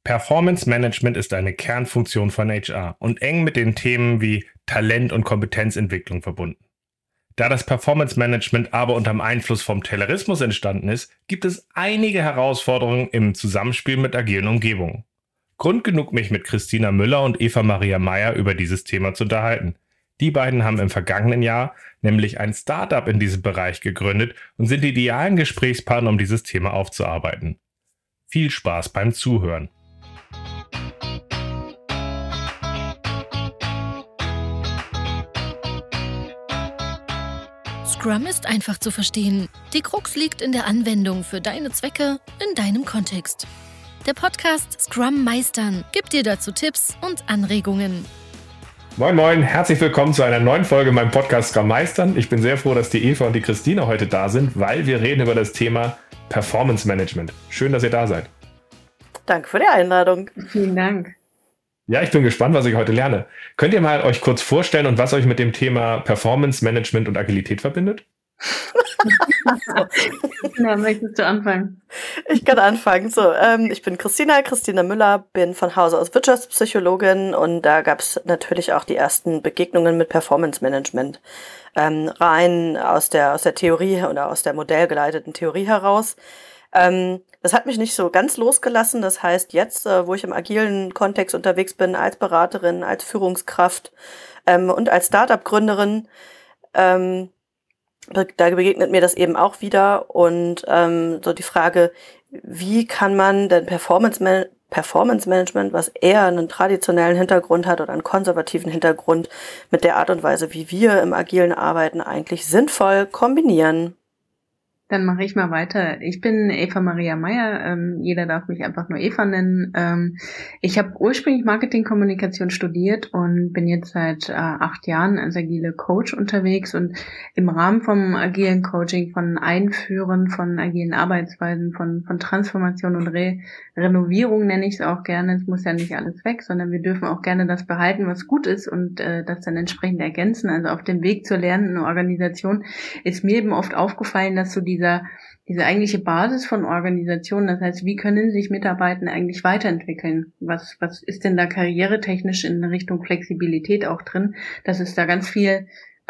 Performance Management ist eine Kernfunktion von HR und eng mit den Themen wie Talent- und Kompetenzentwicklung verbunden. Da das Performance Management aber unter dem Einfluss vom Taylorismus entstanden ist, gibt es einige Herausforderungen im Zusammenspiel mit agilen Umgebungen. Grund genug, mich mit Christina Müller und Eva Maria Meyer über dieses Thema zu unterhalten. Die beiden haben im vergangenen Jahr nämlich ein Startup in diesem Bereich gegründet und sind die idealen Gesprächspartner, um dieses Thema aufzuarbeiten. Viel Spaß beim Zuhören. Scrum ist einfach zu verstehen. Die Krux liegt in der Anwendung für deine Zwecke in deinem Kontext. Der Podcast Scrum Meistern gibt dir dazu Tipps und Anregungen. Moin moin, herzlich willkommen zu einer neuen Folge meinem Podcast Scrum Meistern. Ich bin sehr froh, dass die Eva und die Christina heute da sind, weil wir reden über das Thema Performance Management. Schön, dass ihr da seid. Danke für die Einladung. Vielen Dank. Ja, ich bin gespannt, was ich heute lerne. Könnt ihr mal euch kurz vorstellen und was euch mit dem Thema Performance Management und Agilität verbindet? Na, möchtest du anfangen? Ich kann anfangen. So, ich bin Christina Müller, bin von Hause aus Wirtschaftspsychologin und da gab es natürlich auch die ersten Begegnungen mit Performance Management. Rein aus der Theorie oder aus der modellgeleiteten Theorie heraus. Das hat mich nicht so ganz losgelassen. Das heißt, jetzt, wo ich im agilen Kontext unterwegs bin, als Beraterin, als Führungskraft und als Startup-Gründerin, da begegnet mir das eben auch wieder. Und so die Frage, wie kann man denn Performance Management, was eher einen traditionellen Hintergrund hat oder einen konservativen Hintergrund, mit der Art und Weise, wie wir im agilen Arbeiten eigentlich sinnvoll kombinieren? Dann mache ich mal weiter. Ich bin Eva Maria Meyer. Jeder darf mich einfach nur Eva nennen. Ich habe ursprünglich Marketingkommunikation studiert und bin jetzt seit 8 Jahren als agile Coach unterwegs. Und im Rahmen vom agilen Coaching, von Einführen von agilen Arbeitsweisen, von Transformation und Renovierung nenne ich es auch gerne. Es muss ja nicht alles weg, sondern wir dürfen auch gerne das behalten, was gut ist und das dann entsprechend ergänzen. Also auf dem Weg zur lernenden Organisation ist mir eben oft aufgefallen, dass so diese eigentliche Basis von Organisationen, das heißt, wie können sich Mitarbeiter eigentlich weiterentwickeln? Was ist denn da karrieretechnisch in Richtung Flexibilität auch drin, dass es da ganz viel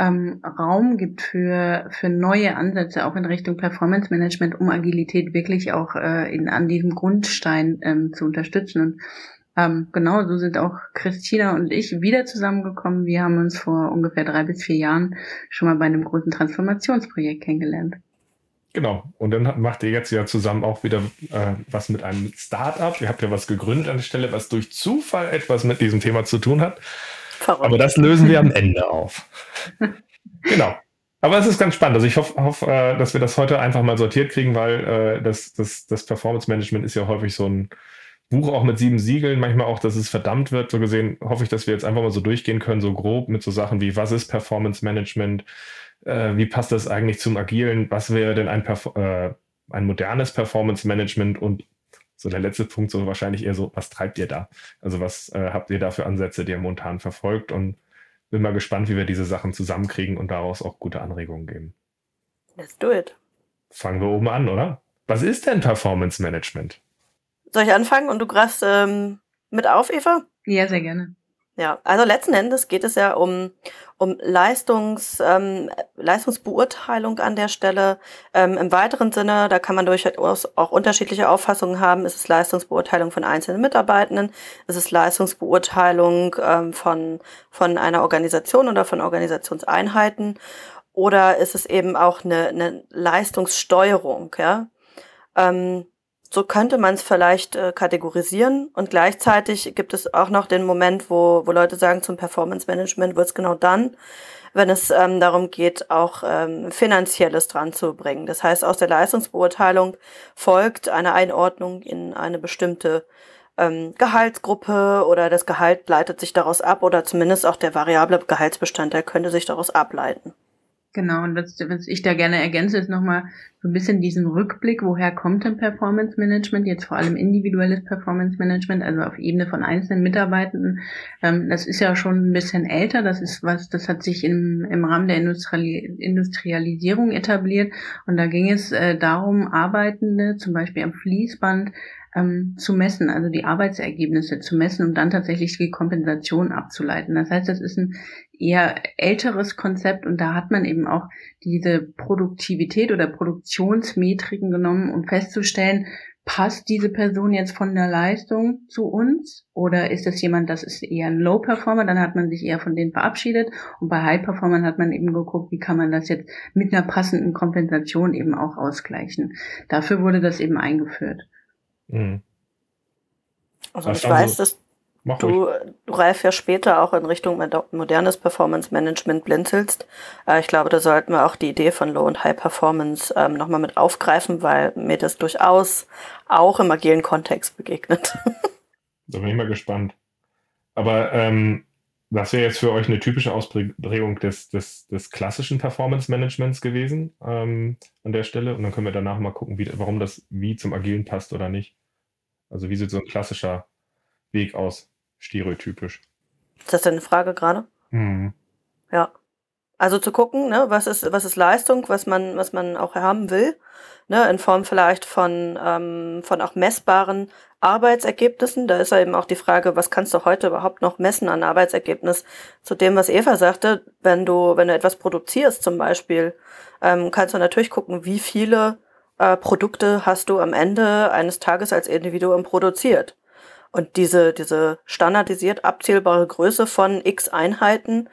Raum gibt für neue Ansätze, auch in Richtung Performance Management, um Agilität wirklich auch an diesem Grundstein zu unterstützen. Und genau, so sind auch Christina und ich wieder zusammengekommen. Wir haben uns vor ungefähr 3 bis 4 Jahren schon mal bei einem großen Transformationsprojekt kennengelernt. Genau, und dann macht ihr jetzt ja zusammen auch wieder was mit einem Startup. Ihr habt ja was gegründet an der Stelle, was durch Zufall etwas mit diesem Thema zu tun hat. Verrückt. Aber das lösen wir am Ende auf. Genau. Aber es ist ganz spannend. Also ich hoffe, dass wir das heute einfach mal sortiert kriegen, weil das Performance Management ist ja häufig so ein Buch auch mit 7 Siegeln, manchmal auch, dass es verdammt wird. So gesehen hoffe ich, dass wir jetzt einfach mal so durchgehen können, so grob mit so Sachen wie, was ist Performance Management? Wie passt das eigentlich zum Agilen? Was wäre denn ein modernes Performance Management? Und so der letzte Punkt, so wahrscheinlich eher so, was treibt ihr da? Also was habt ihr da für Ansätze, die ihr momentan verfolgt? Und bin mal gespannt, wie wir diese Sachen zusammenkriegen und daraus auch gute Anregungen geben. Let's do it. Fangen wir oben an, oder? Was ist denn Performance Management? Soll ich anfangen und du greifst mit auf, Eva? Ja, sehr gerne. Ja, also letzten Endes geht es ja um Leistungsbeurteilung an der Stelle. Im weiteren Sinne, da kann man durchaus auch unterschiedliche Auffassungen haben. Ist es Leistungsbeurteilung von einzelnen Mitarbeitenden? Ist es Leistungsbeurteilung von einer Organisation oder von Organisationseinheiten? Oder ist es eben auch eine Leistungssteuerung, ja? So könnte man es vielleicht kategorisieren, und gleichzeitig gibt es auch noch den Moment, wo Leute sagen, zum Performance Management wird es genau dann, wenn es darum geht, auch Finanzielles dran zu bringen. Das heißt, aus der Leistungsbeurteilung folgt eine Einordnung in eine bestimmte Gehaltsgruppe, oder das Gehalt leitet sich daraus ab, oder zumindest auch der variable Gehaltsbestandteil könnte sich daraus ableiten. Genau, und was ich da gerne ergänze, ist nochmal so ein bisschen diesen Rückblick, woher kommt denn Performance Management, jetzt vor allem individuelles Performance Management, also auf Ebene von einzelnen Mitarbeitenden. Das ist ja schon ein bisschen älter, das hat sich im Rahmen der Industrialisierung etabliert, und da ging es darum, Arbeitende zum Beispiel am Fließband zu messen, also die Arbeitsergebnisse zu messen, um dann tatsächlich die Kompensation abzuleiten. Das heißt, das ist ein eher älteres Konzept, und da hat man eben auch diese Produktivität oder Produktionsmetriken genommen, um festzustellen, passt diese Person jetzt von der Leistung zu uns, oder ist das jemand, das ist eher ein Low-Performer, dann hat man sich eher von denen verabschiedet, und bei High-Performern hat man eben geguckt, wie kann man das jetzt mit einer passenden Kompensation eben auch ausgleichen. Dafür wurde das eben eingeführt. Mhm. Also ich weiß, dass du, Ralf, ja später auch in Richtung modernes Performance Management blinzelst. Ich glaube, da sollten wir auch die Idee von Low- und High-Performance nochmal mit aufgreifen, weil mir das durchaus auch im agilen Kontext begegnet. Da bin ich mal gespannt. Aber das wäre jetzt für euch eine typische Ausprägung des klassischen Performance Managements gewesen an der Stelle. Und dann können wir danach mal gucken, warum das wie zum Agilen passt oder nicht. Also wie sieht so ein klassischer Weg aus, stereotypisch? Ist das denn eine Frage gerade? Mhm. Ja. Also zu gucken, ne, was ist Leistung, was man auch haben will, ne, in Form vielleicht von auch messbaren Arbeitsergebnissen. Da ist ja eben auch die Frage, was kannst du heute überhaupt noch messen an Arbeitsergebnis? Zu dem, was Eva sagte, wenn du etwas produzierst zum Beispiel, kannst du natürlich gucken, wie viele Produkte hast du am Ende eines Tages als Individuum produziert. Und diese standardisiert abzählbare Größe von x Einheiten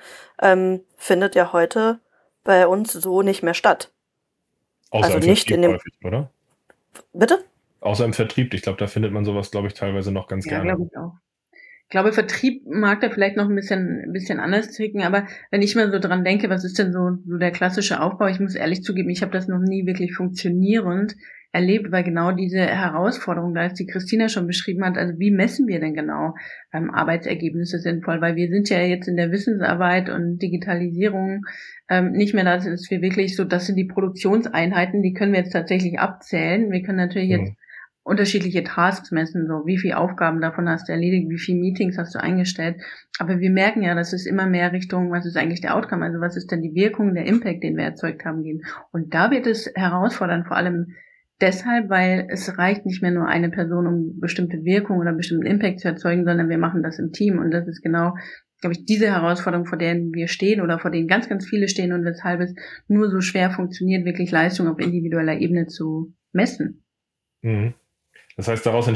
findet ja heute bei uns so nicht mehr statt. Außer also im nicht Vertrieb in dem. häufig, oder? Bitte? Außer im Vertrieb. Ich glaube, da findet man sowas, glaube ich, teilweise noch ganz gerne. Ja, glaube ich auch. Ich glaube, Vertrieb mag da vielleicht noch ein bisschen anders ticken, aber wenn ich mal so dran denke, was ist denn so der klassische Aufbau? Ich muss ehrlich zugeben, ich habe das noch nie wirklich funktionierend erlebt, weil genau diese Herausforderung, da ist die Christina schon beschrieben hat, also wie messen wir denn genau Arbeitsergebnisse sinnvoll? Weil wir sind ja jetzt in der Wissensarbeit und Digitalisierung nicht mehr da, dass wir wirklich so, das sind die Produktionseinheiten, die können wir jetzt tatsächlich abzählen. Wir können natürlich jetzt unterschiedliche Tasks messen, so wie viele Aufgaben davon hast du erledigt, wie viele Meetings hast du eingestellt. Aber wir merken ja, dass es immer mehr Richtung, was ist eigentlich der Outcome, also was ist denn die Wirkung, der Impact, den wir erzeugt haben, gehen. Und da wird es herausfordernd, vor allem deshalb, weil es reicht nicht mehr nur eine Person, um bestimmte Wirkung oder bestimmten Impact zu erzeugen, sondern wir machen das im Team. Und das ist genau, glaube ich, diese Herausforderung, vor der wir stehen oder vor denen ganz, ganz viele stehen und weshalb es nur so schwer funktioniert, wirklich Leistung auf individueller Ebene zu messen. Mhm. Das heißt, daraus,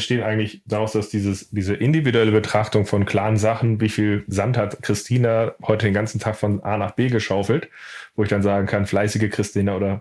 dass diese individuelle Betrachtung von klaren Sachen, wie viel Sand hat Christina heute den ganzen Tag von A nach B geschaufelt, wo ich dann sagen kann, fleißige Christina oder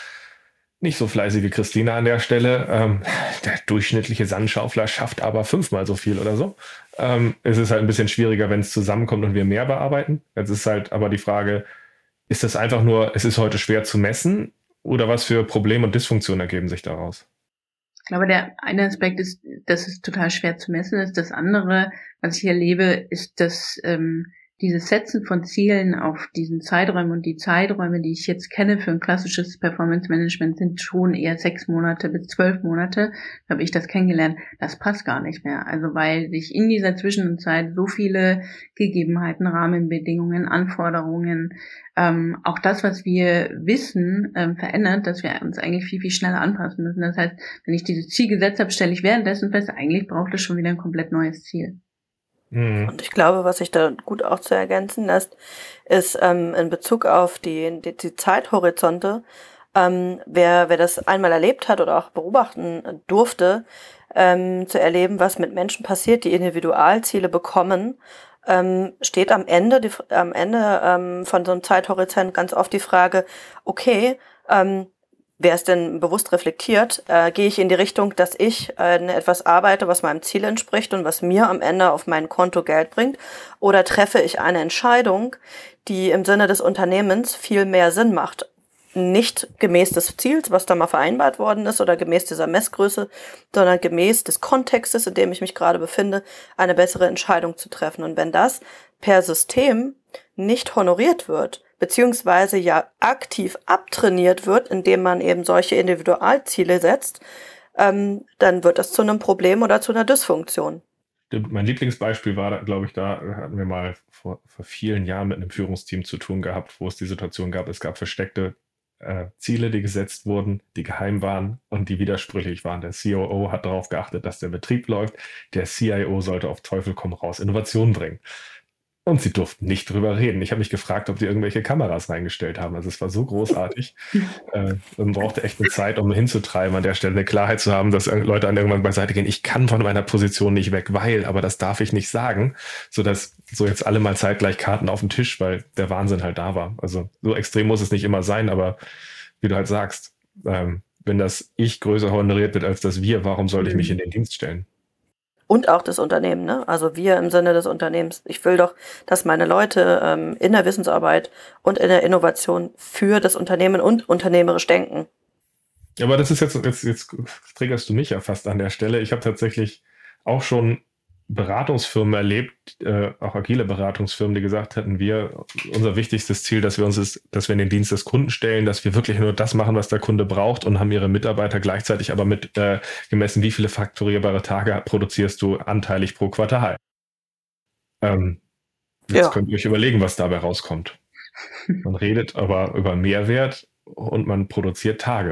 nicht so fleißige Christina an der Stelle, der durchschnittliche Sandschaufler schafft aber 5-mal so viel oder so. Es ist halt ein bisschen schwieriger, wenn es zusammenkommt und wir mehr bearbeiten. Jetzt ist halt aber die Frage, ist das einfach nur, es ist heute schwer zu messen, oder was für Probleme und Dysfunktionen ergeben sich daraus? Ich glaube, der eine Aspekt ist, dass es total schwer zu messen ist. Das andere, was ich hier erlebe, ist, dass dieses Setzen von Zielen auf diesen Zeiträumen, und die Zeiträume, die ich jetzt kenne für ein klassisches Performance Management, sind schon eher 6 Monate bis 12 Monate. Da habe ich das kennengelernt. Das passt gar nicht mehr. Also weil sich in dieser Zwischenzeit so viele Gegebenheiten, Rahmenbedingungen, Anforderungen, auch das, was wir wissen, verändert, dass wir uns eigentlich viel, viel schneller anpassen müssen. Das heißt, wenn ich dieses Ziel gesetzt habe, stelle ich währenddessen fest, eigentlich braucht es schon wieder ein komplett neues Ziel. Und ich glaube, was sich da gut auch zu ergänzen lässt, ist in Bezug auf die Zeithorizonte, wer das einmal erlebt hat oder auch beobachten durfte, zu erleben, was mit Menschen passiert, die Individualziele bekommen, steht am Ende von so einem Zeithorizont ganz oft die Frage, okay, wer es denn bewusst reflektiert, gehe ich in die Richtung, dass ich etwas arbeite, was meinem Ziel entspricht und was mir am Ende auf mein Konto Geld bringt, oder treffe ich eine Entscheidung, die im Sinne des Unternehmens viel mehr Sinn macht. Nicht gemäß des Ziels, was da mal vereinbart worden ist, oder gemäß dieser Messgröße, sondern gemäß des Kontextes, in dem ich mich gerade befinde, eine bessere Entscheidung zu treffen. Und wenn das per System nicht honoriert wird, beziehungsweise ja aktiv abtrainiert wird, indem man eben solche Individualziele setzt, dann wird das zu einem Problem oder zu einer Dysfunktion. Mein Lieblingsbeispiel war, glaube ich, da hatten wir mal vor vielen Jahren mit einem Führungsteam zu tun gehabt, wo es die Situation gab, es gab versteckte Ziele, die gesetzt wurden, die geheim waren und die widersprüchlich waren. Der COO hat darauf geachtet, dass der Betrieb läuft. Der CIO sollte auf Teufel komm raus Innovation bringen. Und sie durften nicht drüber reden. Ich habe mich gefragt, ob die irgendwelche Kameras reingestellt haben. Also es war so großartig. Man brauchte echt eine Zeit, um hinzutreiben, an der Stelle eine Klarheit zu haben, dass Leute an irgendwann beiseite gehen. Ich kann von meiner Position nicht weg, aber das darf ich nicht sagen, sodass so jetzt alle mal zeitgleich Karten auf den Tisch, weil der Wahnsinn halt da war. Also so extrem muss es nicht immer sein, aber wie du halt sagst, wenn das Ich größer honoriert wird als das Wir, warum sollte ich mich in den Dienst stellen? Und auch das Unternehmen, ne? Also wir im Sinne des Unternehmens. Ich will doch, dass meine Leute in der Wissensarbeit und in der Innovation für das Unternehmen und unternehmerisch denken. Aber das ist jetzt triggerst du mich ja fast an der Stelle. Ich habe tatsächlich auch schon Beratungsfirmen erlebt, auch agile Beratungsfirmen, die gesagt hatten, unser wichtigstes Ziel, dass wir in den Dienst des Kunden stellen, dass wir wirklich nur das machen, was der Kunde braucht und haben ihre Mitarbeiter gleichzeitig aber mit gemessen, wie viele fakturierbare Tage produzierst du anteilig pro Quartal. Jetzt könnt ihr euch überlegen, was dabei rauskommt. Man redet aber über Mehrwert und man produziert Tage.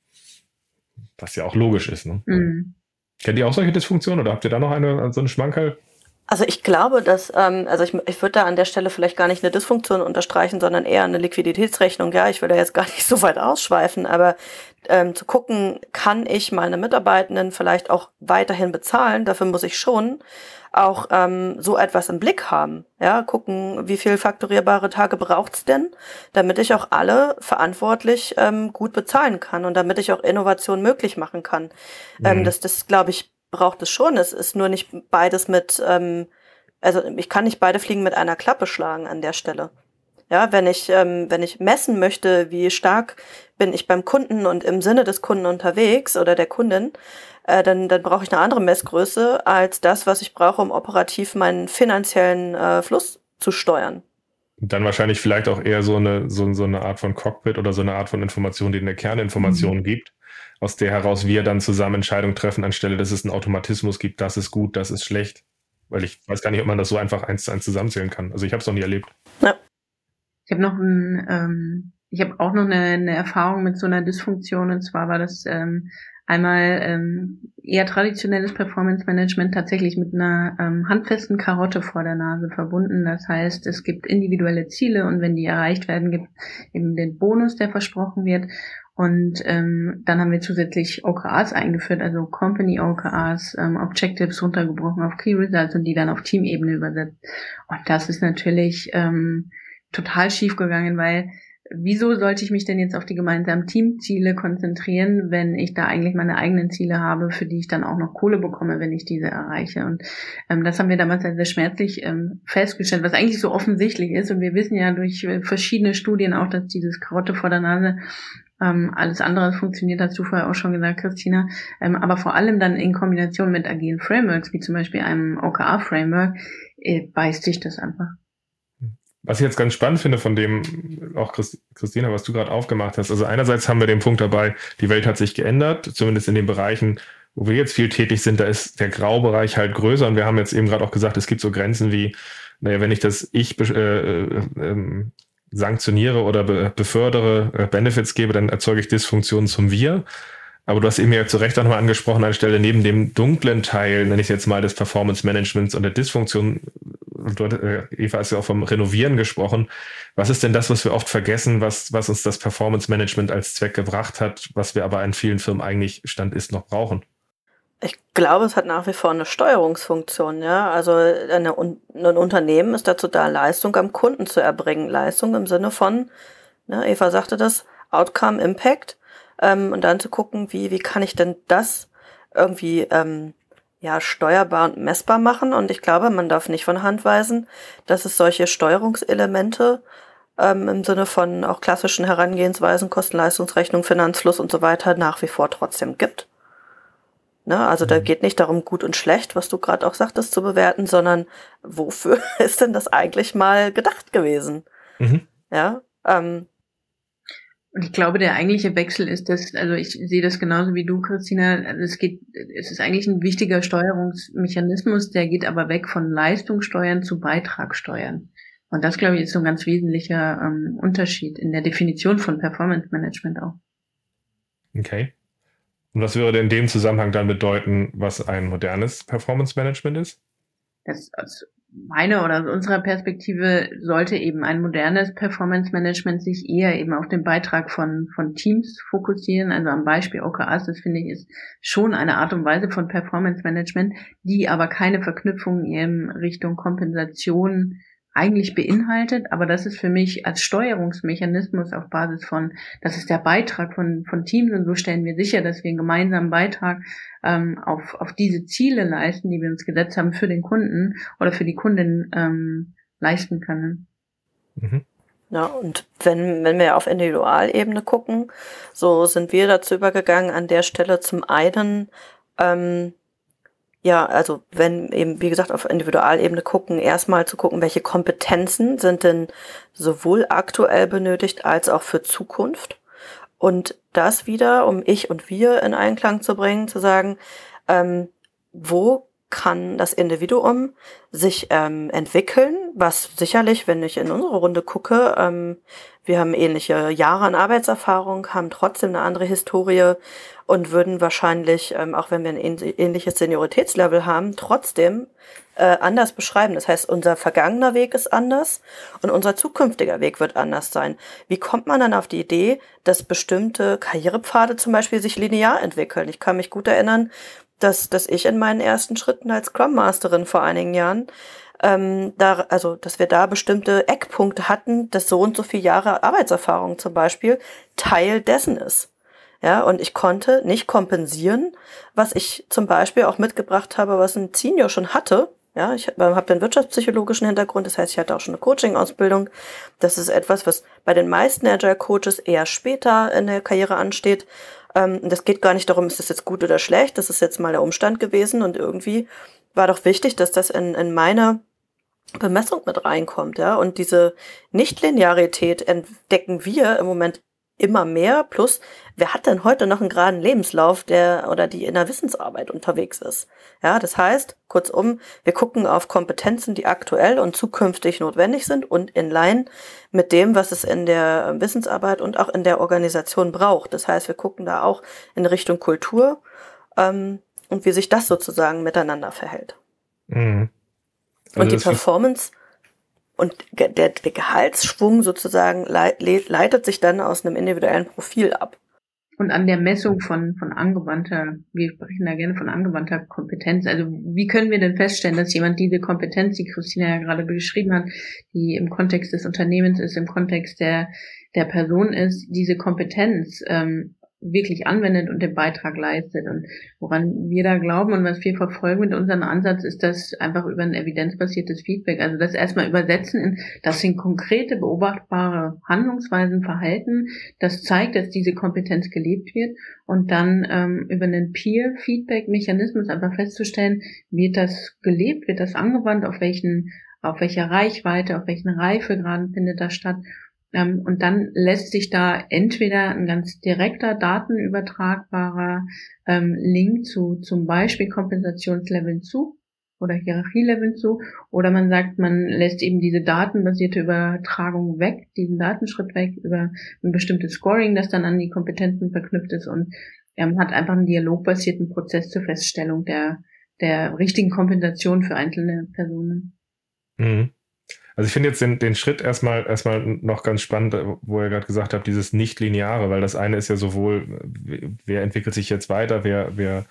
Was ja auch logisch ist, ne? Mhm. Kennt ihr auch solche Dysfunktionen oder habt ihr da noch so eine Schmankerl? Also ich glaube, dass, ich würde da an der Stelle vielleicht gar nicht eine Dysfunktion unterstreichen, sondern eher eine Liquiditätsrechnung. Ja, ich will da jetzt gar nicht so weit ausschweifen, aber zu gucken, kann ich meine Mitarbeitenden vielleicht auch weiterhin bezahlen? Dafür muss ich schon auch so etwas im Blick haben. Ja, gucken, wie viel fakturierbare Tage braucht's denn, damit ich auch alle verantwortlich gut bezahlen kann und damit ich auch Innovation möglich machen kann. Das glaube ich, braucht es schon. Es ist nur nicht beides ich kann nicht beide Fliegen mit einer Klappe schlagen an der Stelle. Ja, wenn ich messen möchte, wie stark bin ich beim Kunden und im Sinne des Kunden unterwegs oder der Kundin, dann brauche ich eine andere Messgröße als das, was ich brauche, um operativ meinen finanziellen Fluss zu steuern. Dann wahrscheinlich vielleicht auch eher so eine Art von Cockpit oder so eine Art von Information, die eine Kerninformation gibt, aus der heraus wir dann zusammen Entscheidungen treffen, anstelle dass es einen Automatismus gibt, das ist gut, das ist schlecht. Weil ich weiß gar nicht, ob man das so einfach 1:1 zusammenzählen kann. Also ich habe es noch nie erlebt. Ja. Ich habe auch noch eine Erfahrung mit so einer Dysfunktion, und zwar war das einmal eher traditionelles Performance-Management tatsächlich mit einer handfesten Karotte vor der Nase verbunden. Das heißt, es gibt individuelle Ziele und wenn die erreicht werden, gibt eben den Bonus, der versprochen wird. Und dann haben wir zusätzlich OKRs eingeführt, also Company OKRs, Objectives runtergebrochen auf Key Results und die dann auf Teamebene übersetzt. Und das ist natürlich total schief gegangen, weil wieso sollte ich mich denn jetzt auf die gemeinsamen Teamziele konzentrieren, wenn ich da eigentlich meine eigenen Ziele habe, für die ich dann auch noch Kohle bekomme, wenn ich diese erreiche? Und das haben wir damals sehr schmerzlich festgestellt, was eigentlich so offensichtlich ist. Und wir wissen ja durch verschiedene Studien auch, dass dieses Karotte vor der Nase alles andere funktioniert, hast du vorher auch schon gesagt, Christina, aber vor allem dann in Kombination mit agilen Frameworks, wie zum Beispiel einem OKR-Framework, beißt sich das einfach. Was ich jetzt ganz spannend finde von dem, auch Christina, was du gerade aufgemacht hast, also einerseits haben wir den Punkt dabei, die Welt hat sich geändert, zumindest in den Bereichen, wo wir jetzt viel tätig sind, da ist der Graubereich halt größer und wir haben jetzt eben gerade auch gesagt, es gibt so Grenzen wie, wenn ich das sanktioniere oder befördere, Benefits gebe, dann erzeuge ich Dysfunktionen zum Wir. Aber du hast eben ja zu Recht auch nochmal angesprochen, anstelle neben dem dunklen Teil, nenne ich jetzt mal, des Performance Managements und der Dysfunktion, Eva hast ja auch vom Renovieren gesprochen. Was ist denn das, was wir oft vergessen, was uns das Performance Management als Zweck gebracht hat, was wir aber in vielen Firmen eigentlich Stand ist noch brauchen? Ich glaube, es hat nach wie vor eine Steuerungsfunktion, ja. Also ein Unternehmen ist dazu da, Leistung am Kunden zu erbringen. Leistung im Sinne von, ne, Eva sagte das, Outcome, Impact. Und dann zu gucken, wie kann ich denn das irgendwie steuerbar und messbar machen. Und ich glaube, man darf nicht von Hand weisen, dass es solche Steuerungselemente im Sinne von auch klassischen Herangehensweisen, Kosten-Leistungsrechnung, Finanzfluss und so weiter nach wie vor trotzdem gibt. Ne? Also da geht nicht darum, gut und schlecht, was du gerade auch sagtest, zu bewerten, sondern wofür ist denn das eigentlich mal gedacht gewesen? Ja, Und ich glaube, der eigentliche Wechsel ist das, also ich sehe das genauso wie du, Christina, also es ist eigentlich ein wichtiger Steuerungsmechanismus, der geht aber weg von Leistungssteuern zu Beitragssteuern. Und das, glaube ich, ist so ein ganz wesentlicher Unterschied in der Definition von Performance Management auch. Okay. Und was würde in dem Zusammenhang dann bedeuten, was ein modernes Performance Management ist? Das aus meiner oder aus unserer Perspektive sollte eben ein modernes Performance Management sich eher eben auf den Beitrag von Teams fokussieren. Also am Beispiel OKRs, das finde ich ist schon eine Art und Weise von Performance Management, die aber keine Verknüpfung in Richtung Kompensation eigentlich beinhaltet, aber das ist für mich als Steuerungsmechanismus auf Basis von, das ist der Beitrag von Teams und so stellen wir sicher, dass wir einen gemeinsamen Beitrag auf diese Ziele leisten, die wir uns gesetzt haben für den Kunden oder für die Kundin leisten können. Mhm. Ja, und wenn wir auf Individualebene gucken, so sind wir dazu übergegangen, an der Stelle zum einen ja, also wenn eben, wie gesagt, auf Individualebene gucken, erstmal zu gucken, welche Kompetenzen sind denn sowohl aktuell benötigt als auch für Zukunft. Und das wieder, um ich und wir in Einklang zu bringen, zu sagen, wo kann das Individuum sich entwickeln, was sicherlich, wenn ich in unsere Runde gucke, wir haben ähnliche Jahre an Arbeitserfahrung, haben trotzdem eine andere Historie und würden wahrscheinlich, auch wenn wir ein ähnliches Senioritätslevel haben, trotzdem anders beschreiben. Das heißt, unser vergangener Weg ist anders und unser zukünftiger Weg wird anders sein. Wie kommt man dann auf die Idee, dass bestimmte Karrierepfade zum Beispiel sich linear entwickeln? Ich kann mich gut erinnern, dass ich in meinen ersten Schritten als Scrum Masterin vor einigen Jahren, dass wir da bestimmte Eckpunkte hatten, dass so und so viele Jahre Arbeitserfahrung zum Beispiel Teil dessen ist. Ja, und ich konnte nicht kompensieren, was ich zum Beispiel auch mitgebracht habe, was ein Senior schon hatte. Ja, ich habe den wirtschaftspsychologischen Hintergrund, das heißt, ich hatte auch schon eine Coaching-Ausbildung. Das ist etwas, was bei den meisten Agile-Coaches eher später in der Karriere ansteht. Das geht gar nicht darum, ist das jetzt gut oder schlecht, das ist jetzt mal der Umstand gewesen und irgendwie war doch wichtig, dass das in meine Bemessung mit reinkommt, ja, und diese Nichtlinearität entdecken wir im Moment immer mehr, plus wer hat denn heute noch einen geraden Lebenslauf, der oder die in der Wissensarbeit unterwegs ist? Ja, das heißt, kurzum, wir gucken auf Kompetenzen, die aktuell und zukünftig notwendig sind und in Line mit dem, was es in der Wissensarbeit und auch in der Organisation braucht. Das heißt, wir gucken da auch in Richtung Kultur und wie sich das sozusagen miteinander verhält. Mhm. Also und die Performance und der Gehaltsschwung sozusagen leitet sich dann aus einem individuellen Profil ab. Und an der Messung von angewandter, wir sprechen da gerne von angewandter Kompetenz. Also wie können wir denn feststellen, dass jemand diese Kompetenz, die Christina ja gerade beschrieben hat, die im Kontext des Unternehmens ist, im Kontext der Person ist, diese Kompetenz wirklich anwendet und den Beitrag leistet. Und woran wir da glauben und was wir verfolgen mit unserem Ansatz, ist das einfach über ein evidenzbasiertes Feedback. Also das erstmal übersetzen in, das sind konkrete, beobachtbare Handlungsweisen, Verhalten. Das zeigt, dass diese Kompetenz gelebt wird. Und dann über einen Peer-Feedback-Mechanismus einfach festzustellen, wird das gelebt, wird das angewandt, auf welcher Reichweite, auf welchen Reifegraden findet das statt. Und dann lässt sich da entweder ein ganz direkter, datenübertragbarer Link zu zum Beispiel Kompensationsleveln zu oder Hierarchieleveln zu, oder man sagt, man lässt eben diese datenbasierte Übertragung weg, diesen Datenschritt weg über ein bestimmtes Scoring, das dann an die Kompetenzen verknüpft ist und hat einfach einen dialogbasierten Prozess zur Feststellung der richtigen Kompensation für einzelne Personen. Mhm. Also ich finde jetzt den Schritt erstmal noch ganz spannend, wo ihr gerade gesagt habt, dieses Nicht-Lineare, weil das eine ist ja sowohl, wer entwickelt sich jetzt weiter, wer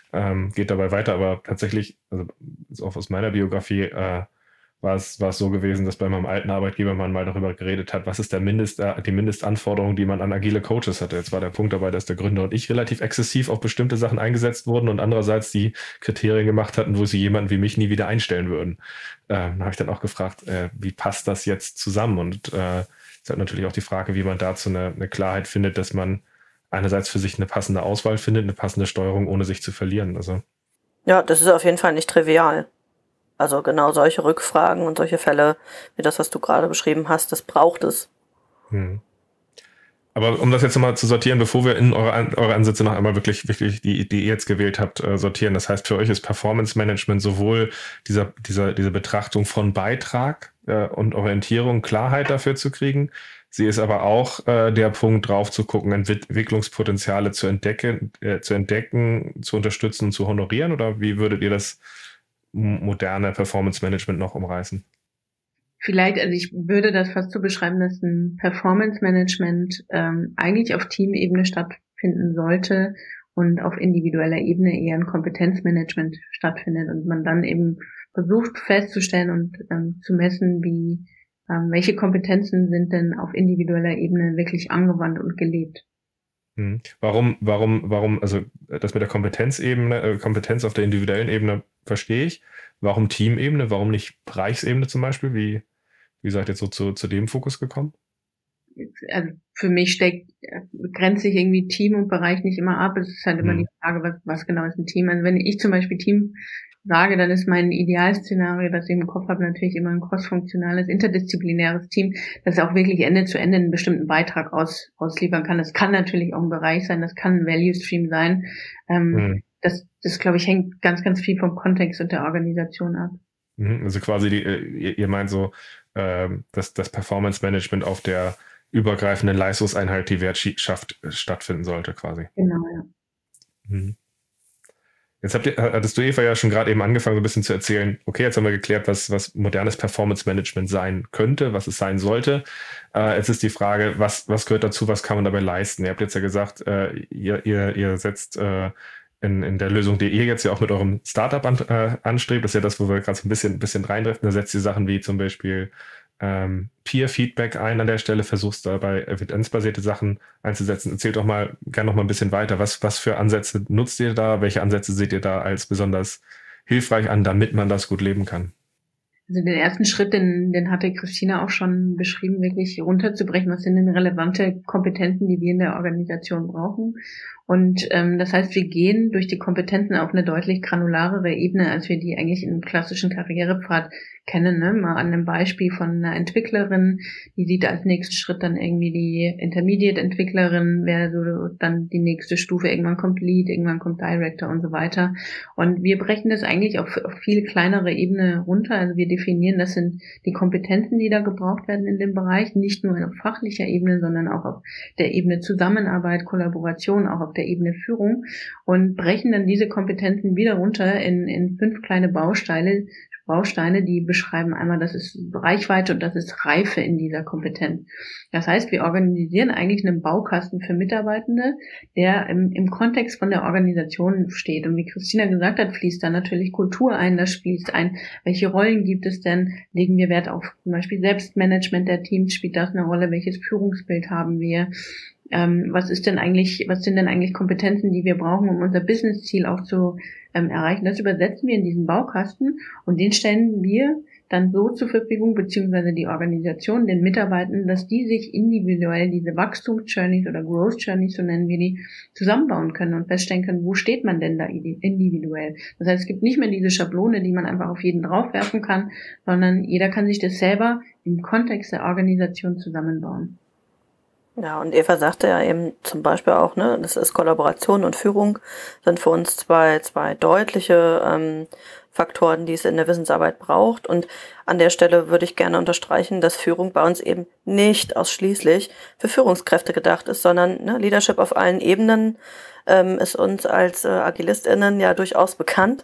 geht dabei weiter, aber tatsächlich, also auch aus meiner Biografie, war es so gewesen, dass bei meinem alten Arbeitgeber man mal darüber geredet hat, was ist die Mindestanforderung, die man an agile Coaches hatte. Jetzt war der Punkt dabei, dass der Gründer und ich relativ exzessiv auf bestimmte Sachen eingesetzt wurden und andererseits die Kriterien gemacht hatten, wo sie jemanden wie mich nie wieder einstellen würden. Da habe ich dann auch gefragt, wie passt das jetzt zusammen? Und ist halt natürlich auch die Frage, wie man dazu eine Klarheit findet, dass man einerseits für sich eine passende Auswahl findet, eine passende Steuerung, ohne sich zu verlieren. Also. Ja, das ist auf jeden Fall nicht trivial. Also genau solche Rückfragen und solche Fälle, wie das, was du gerade beschrieben hast, das braucht es. Hm. Aber um das jetzt nochmal zu sortieren, bevor wir in eure Ansätze noch einmal wirklich die ihr jetzt gewählt habt, sortieren. Das heißt, für euch ist Performance Management sowohl diese Betrachtung von Beitrag und Orientierung, Klarheit dafür zu kriegen. Sie ist aber auch der Punkt, drauf zu gucken, Entwicklungspotenziale zu entdecken, zu unterstützen und zu honorieren. Oder wie würdet ihr das moderne Performance Management noch umreißen? Vielleicht, also ich würde das fast so beschreiben, dass ein Performance-Management eigentlich auf Teamebene stattfinden sollte und auf individueller Ebene eher ein Kompetenzmanagement stattfindet und man dann eben versucht festzustellen und zu messen, welche Kompetenzen sind denn auf individueller Ebene wirklich angewandt und gelebt. Warum, also das mit der Kompetenzebene, Kompetenz auf der individuellen Ebene verstehe ich. Warum Teamebene? Warum nicht Bereichsebene zum Beispiel? Wie seid ihr so zu dem Fokus gekommen? Also für mich grenzt sich irgendwie Team und Bereich nicht immer ab. Es ist halt immer die Frage, was genau ist ein Team. Also wenn ich zum Beispiel Team sage, dann ist mein Idealszenario, das ich im Kopf habe, natürlich immer ein crossfunktionales, interdisziplinäres Team, das auch wirklich Ende zu Ende einen bestimmten Beitrag ausliefern kann. Das kann natürlich auch ein Bereich sein, das kann ein Value Stream sein. Das glaube ich, hängt ganz, ganz viel vom Kontext und der Organisation ab. Also quasi, ihr meint so, dass das Performance Management auf der übergreifenden Leistungseinheit, die Wertschaft stattfinden sollte, quasi. Genau, ja. Jetzt hattest du, Eva, ja schon gerade eben angefangen, so ein bisschen zu erzählen, okay, jetzt haben wir geklärt, was modernes Performance Management sein könnte, was es sein sollte. Jetzt ist die Frage, was gehört dazu, was kann man dabei leisten? Ihr habt jetzt ja gesagt, ihr setzt in der Lösung, die ihr jetzt ja auch mit eurem Startup anstrebt, das ist ja das, wo wir gerade so ein bisschen reindriften, da setzt ihr Sachen wie zum Beispiel Peer-Feedback ein an der Stelle, versuchst dabei evidenzbasierte Sachen einzusetzen. Erzählt doch mal gerne noch mal ein bisschen weiter. Was für Ansätze nutzt ihr da? Welche Ansätze seht ihr da als besonders hilfreich an, damit man das gut leben kann? Also den ersten Schritt, den hatte Christina auch schon beschrieben, wirklich runterzubrechen, was sind denn relevante Kompetenzen, die wir in der Organisation brauchen. Und das heißt, wir gehen durch die Kompetenzen auf eine deutlich granularere Ebene, als wir die eigentlich im klassischen Karrierepfad kennen. Ne? Mal an einem Beispiel von einer Entwicklerin, die sieht als nächsten Schritt dann irgendwie die Intermediate-Entwicklerin, wäre so dann die nächste Stufe, irgendwann kommt Lead, irgendwann kommt Director und so weiter. Und wir brechen das eigentlich auf viel kleinere Ebene runter. Also wir definieren, das sind die Kompetenzen, die da gebraucht werden in dem Bereich, nicht nur auf fachlicher Ebene, sondern auch auf der Ebene Zusammenarbeit, Kollaboration, auch auf der Ebene Führung und brechen dann diese Kompetenzen wieder runter in 5 kleine Bausteine, die beschreiben einmal, das ist Reichweite und das ist Reife in dieser Kompetenz. Das heißt, wir organisieren eigentlich einen Baukasten für Mitarbeitende, der im Kontext von der Organisation steht. Und wie Christina gesagt hat, fließt da natürlich Kultur ein, das fließt ein, welche Rollen gibt es denn? Legen wir Wert auf zum Beispiel Selbstmanagement der Teams, spielt das eine Rolle? Welches Führungsbild haben wir? Was sind denn eigentlich Kompetenzen, die wir brauchen, um unser Business-Ziel auch zu erreichen? Das übersetzen wir in diesen Baukasten und den stellen wir dann so zur Verfügung, beziehungsweise die Organisation, den Mitarbeitern, dass die sich individuell diese Wachstumsjourneys oder Growth Journeys, so nennen wir die, zusammenbauen können und feststellen können, wo steht man denn da individuell. Das heißt, es gibt nicht mehr diese Schablone, die man einfach auf jeden draufwerfen kann, sondern jeder kann sich das selber im Kontext der Organisation zusammenbauen. Ja, und Eva sagte ja eben zum Beispiel auch, ne, das ist Kollaboration und Führung sind für uns zwei deutliche Faktoren, die es in der Wissensarbeit braucht. Und an der Stelle würde ich gerne unterstreichen, dass Führung bei uns eben nicht ausschließlich für Führungskräfte gedacht ist, sondern Leadership auf allen Ebenen ist uns als AgilistInnen ja durchaus bekannt.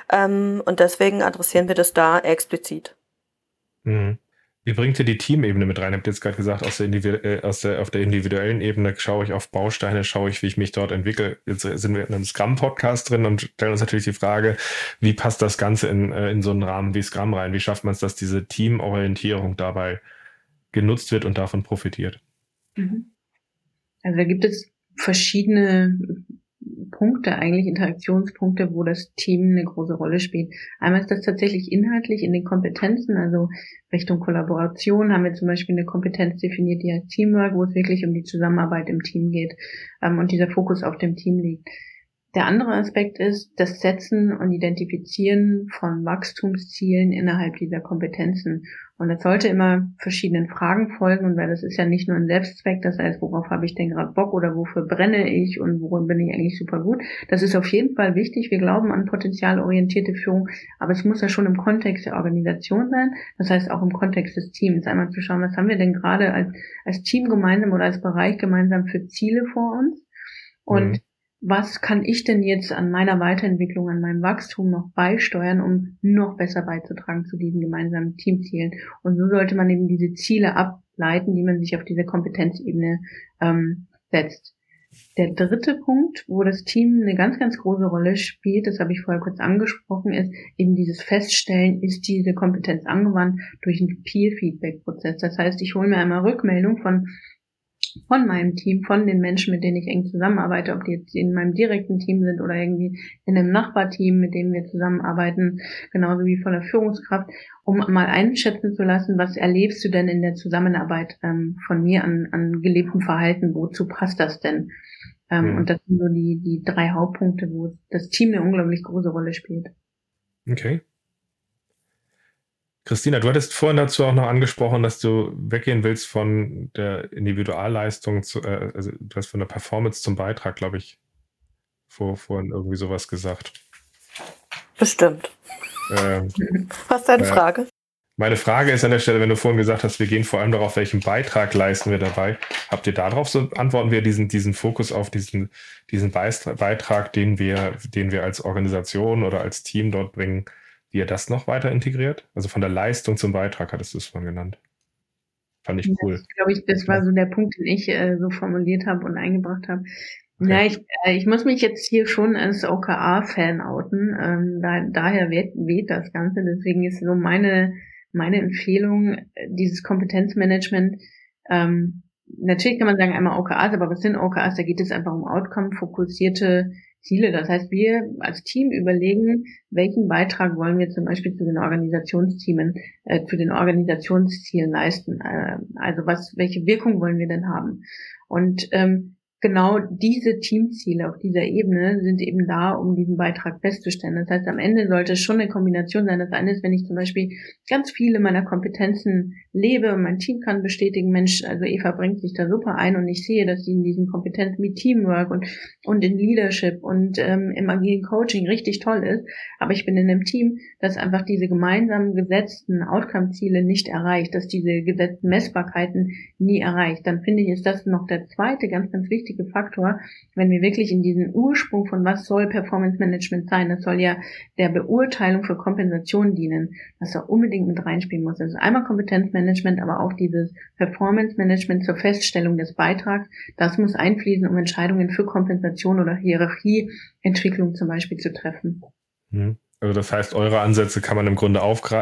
Und deswegen adressieren wir das da explizit. Mhm. Wie bringt ihr die Teamebene mit rein? Ihr habt jetzt gerade gesagt, auf der individuellen Ebene schaue ich auf Bausteine, schaue ich, wie ich mich dort entwickle. Jetzt sind wir in einem Scrum-Podcast drin und stellen uns natürlich die Frage, wie passt das Ganze in so einen Rahmen wie Scrum rein? Wie schafft man es, dass diese Teamorientierung dabei genutzt wird und davon profitiert? Also da gibt es verschiedene Punkte, eigentlich Interaktionspunkte, wo das Team eine große Rolle spielt. Einmal ist das tatsächlich inhaltlich in den Kompetenzen, also Richtung Kollaboration haben wir zum Beispiel eine Kompetenz definiert, die heißt Teamwork, wo es wirklich um die Zusammenarbeit im Team geht und dieser Fokus auf dem Team liegt. Der andere Aspekt ist das Setzen und Identifizieren von Wachstumszielen innerhalb dieser Kompetenzen. Und das sollte immer verschiedenen Fragen folgen, und weil das ist ja nicht nur ein Selbstzweck, das heißt, worauf habe ich denn gerade Bock oder wofür brenne ich und worin bin ich eigentlich super gut. Das ist auf jeden Fall wichtig. Wir glauben an potenzialorientierte Führung, aber es muss ja schon im Kontext der Organisation sein, das heißt auch im Kontext des Teams. Einmal zu schauen, was haben wir denn gerade als Team gemeinsam oder als Bereich gemeinsam für Ziele vor uns, und was kann ich denn jetzt an meiner Weiterentwicklung, an meinem Wachstum noch beisteuern, um noch besser beizutragen zu diesen gemeinsamen Teamzielen. Und so sollte man eben diese Ziele ableiten, die man sich auf dieser Kompetenzebene setzt. Der dritte Punkt, wo das Team eine ganz, ganz große Rolle spielt, das habe ich vorher kurz angesprochen, ist eben dieses Feststellen, ist diese Kompetenz angewandt durch einen Peer-Feedback-Prozess. Das heißt, ich hole mir einmal Rückmeldung von meinem Team, von den Menschen, mit denen ich eng zusammenarbeite, ob die jetzt in meinem direkten Team sind oder irgendwie in einem Nachbarteam, mit dem wir zusammenarbeiten, genauso wie von der Führungskraft, um mal einschätzen zu lassen, was erlebst du denn in der Zusammenarbeit von mir an gelebtem Verhalten, wozu passt das denn? Und das sind so die 3 Hauptpunkte, wo das Team eine unglaublich große Rolle spielt. Okay. Christina, du hattest vorhin dazu auch noch angesprochen, dass du weggehen willst von der Individualleistung, also du hast von der Performance zum Beitrag, glaube ich, vorhin irgendwie sowas gesagt. Bestimmt. Was ist deine Frage? Meine Frage ist an der Stelle, wenn du vorhin gesagt hast, wir gehen vor allem darauf, welchen Beitrag leisten wir dabei. Habt ihr darauf so, antworten wir diesen Fokus auf diesen Beitrag, den wir als Organisation oder als Team dort bringen, wie ihr das noch weiter integriert? Also von der Leistung zum Beitrag hattest du es vorhin genannt. Fand ich cool. Das war so der Punkt, den ich so formuliert habe und eingebracht habe. Okay. Ja, ich muss mich jetzt hier schon als OKR-Fan outen. Daher weht das Ganze. Deswegen ist so meine Empfehlung, dieses Kompetenzmanagement. Natürlich kann man sagen, einmal OKRs, aber was sind OKRs? Da geht es einfach um Outcome-fokussierte Ziele. Das heißt, wir als Team überlegen, welchen Beitrag wollen wir zum Beispiel zu den Organisationszielen leisten. Also welche Wirkung wollen wir denn haben? Und genau diese Teamziele auf dieser Ebene sind eben da, um diesen Beitrag festzustellen. Das heißt, am Ende sollte es schon eine Kombination sein. Das eine ist, wenn ich zum Beispiel ganz viele meiner Kompetenzen lebe und mein Team kann bestätigen, Mensch, also Eva bringt sich da super ein und ich sehe, dass sie in diesen Kompetenzen wie Teamwork und in Leadership und im agilen Coaching richtig toll ist. Aber ich bin in einem Team, das einfach diese gemeinsam gesetzten Outcome-Ziele nicht erreicht, dass diese gesetzten Messbarkeiten nie erreicht. Dann finde ich, ist das noch der zweite ganz, ganz wichtige Faktor, wenn wir wirklich in diesen Ursprung von was soll Performance Management sein, das soll ja der Beurteilung für Kompensation dienen, was da unbedingt mit reinspielen muss. Also einmal Kompetenzmanagement, aber auch dieses Performance Management zur Feststellung des Beitrags, das muss einfließen, um Entscheidungen für Kompensation oder Hierarchieentwicklung zum Beispiel zu treffen. Also das heißt, eure Ansätze kann man im Grunde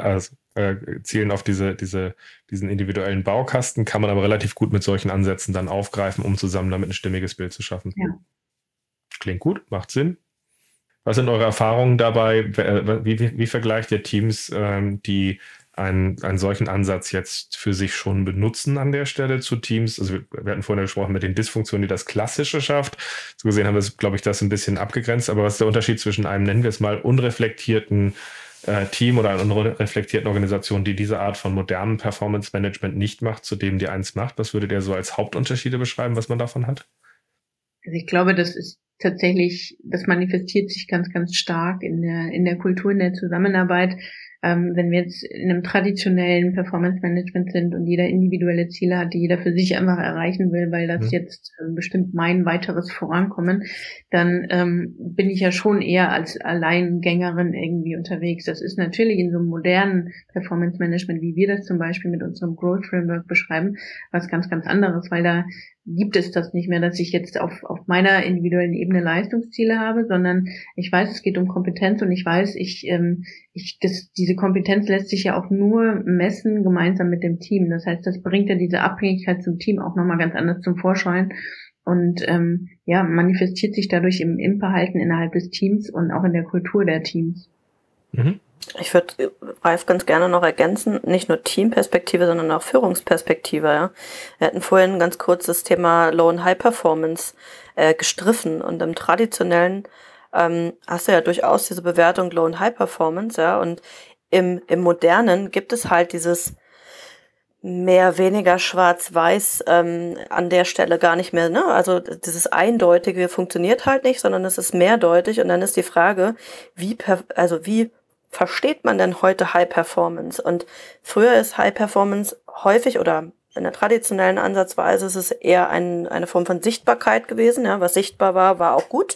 zielen auf diesen individuellen Baukasten, kann man aber relativ gut mit solchen Ansätzen dann aufgreifen, um zusammen damit ein stimmiges Bild zu schaffen. Ja. Klingt gut, macht Sinn. Was sind eure Erfahrungen dabei? Wie vergleicht ihr Teams, die einen solchen Ansatz jetzt für sich schon benutzen an der Stelle zu Teams? Also wir hatten vorhin gesprochen mit den Dysfunktionen, die das Klassische schafft. So gesehen haben wir, glaube ich, das ein bisschen abgegrenzt. Aber was ist der Unterschied zwischen einem, nennen wir es mal, unreflektierten Team oder einer unreflektierten Organisation, die diese Art von modernem Performance-Management nicht macht, zu dem die eins macht? Was würdet ihr so als Hauptunterschiede beschreiben, was man davon hat? Also ich glaube, das ist tatsächlich, das manifestiert sich ganz, ganz stark in der Kultur, in der Zusammenarbeit. Wenn wir jetzt in einem traditionellen Performance-Management sind und jeder individuelle Ziele hat, die jeder für sich einfach erreichen will, weil das jetzt bestimmt mein weiteres Vorankommen, dann bin ich ja schon eher als Alleingängerin irgendwie unterwegs. Das ist natürlich in so einem modernen Performance-Management, wie wir das zum Beispiel mit unserem Growth Framework beschreiben, was ganz, ganz anderes, weil da gibt es das nicht mehr, dass ich jetzt auf meiner individuellen Ebene Leistungsziele habe, sondern ich weiß, es geht um Kompetenz und ich weiß, diese Kompetenz lässt sich ja auch nur messen gemeinsam mit dem Team. Das heißt, das bringt ja diese Abhängigkeit zum Team auch nochmal ganz anders zum Vorschein und manifestiert sich dadurch im Verhalten innerhalb des Teams und auch in der Kultur der Teams. Ich würde Ralf ganz gerne noch ergänzen, nicht nur Teamperspektive, sondern auch Führungsperspektive. Ja. Wir hatten vorhin ganz kurz das Thema Low- und High-Performance gestriffen und im traditionellen hast du ja durchaus diese Bewertung Low- und High-Performance, ja, und im Modernen gibt es halt dieses mehr, weniger schwarz-weiß an der Stelle gar nicht mehr, ne? Also dieses Eindeutige funktioniert halt nicht, sondern es ist mehrdeutig und dann ist die Frage, wie versteht man denn heute High Performance? Und früher ist High Performance häufig oder in der traditionellen Ansatzweise ist es eher eine Form von Sichtbarkeit gewesen, ja, was sichtbar war, war auch gut.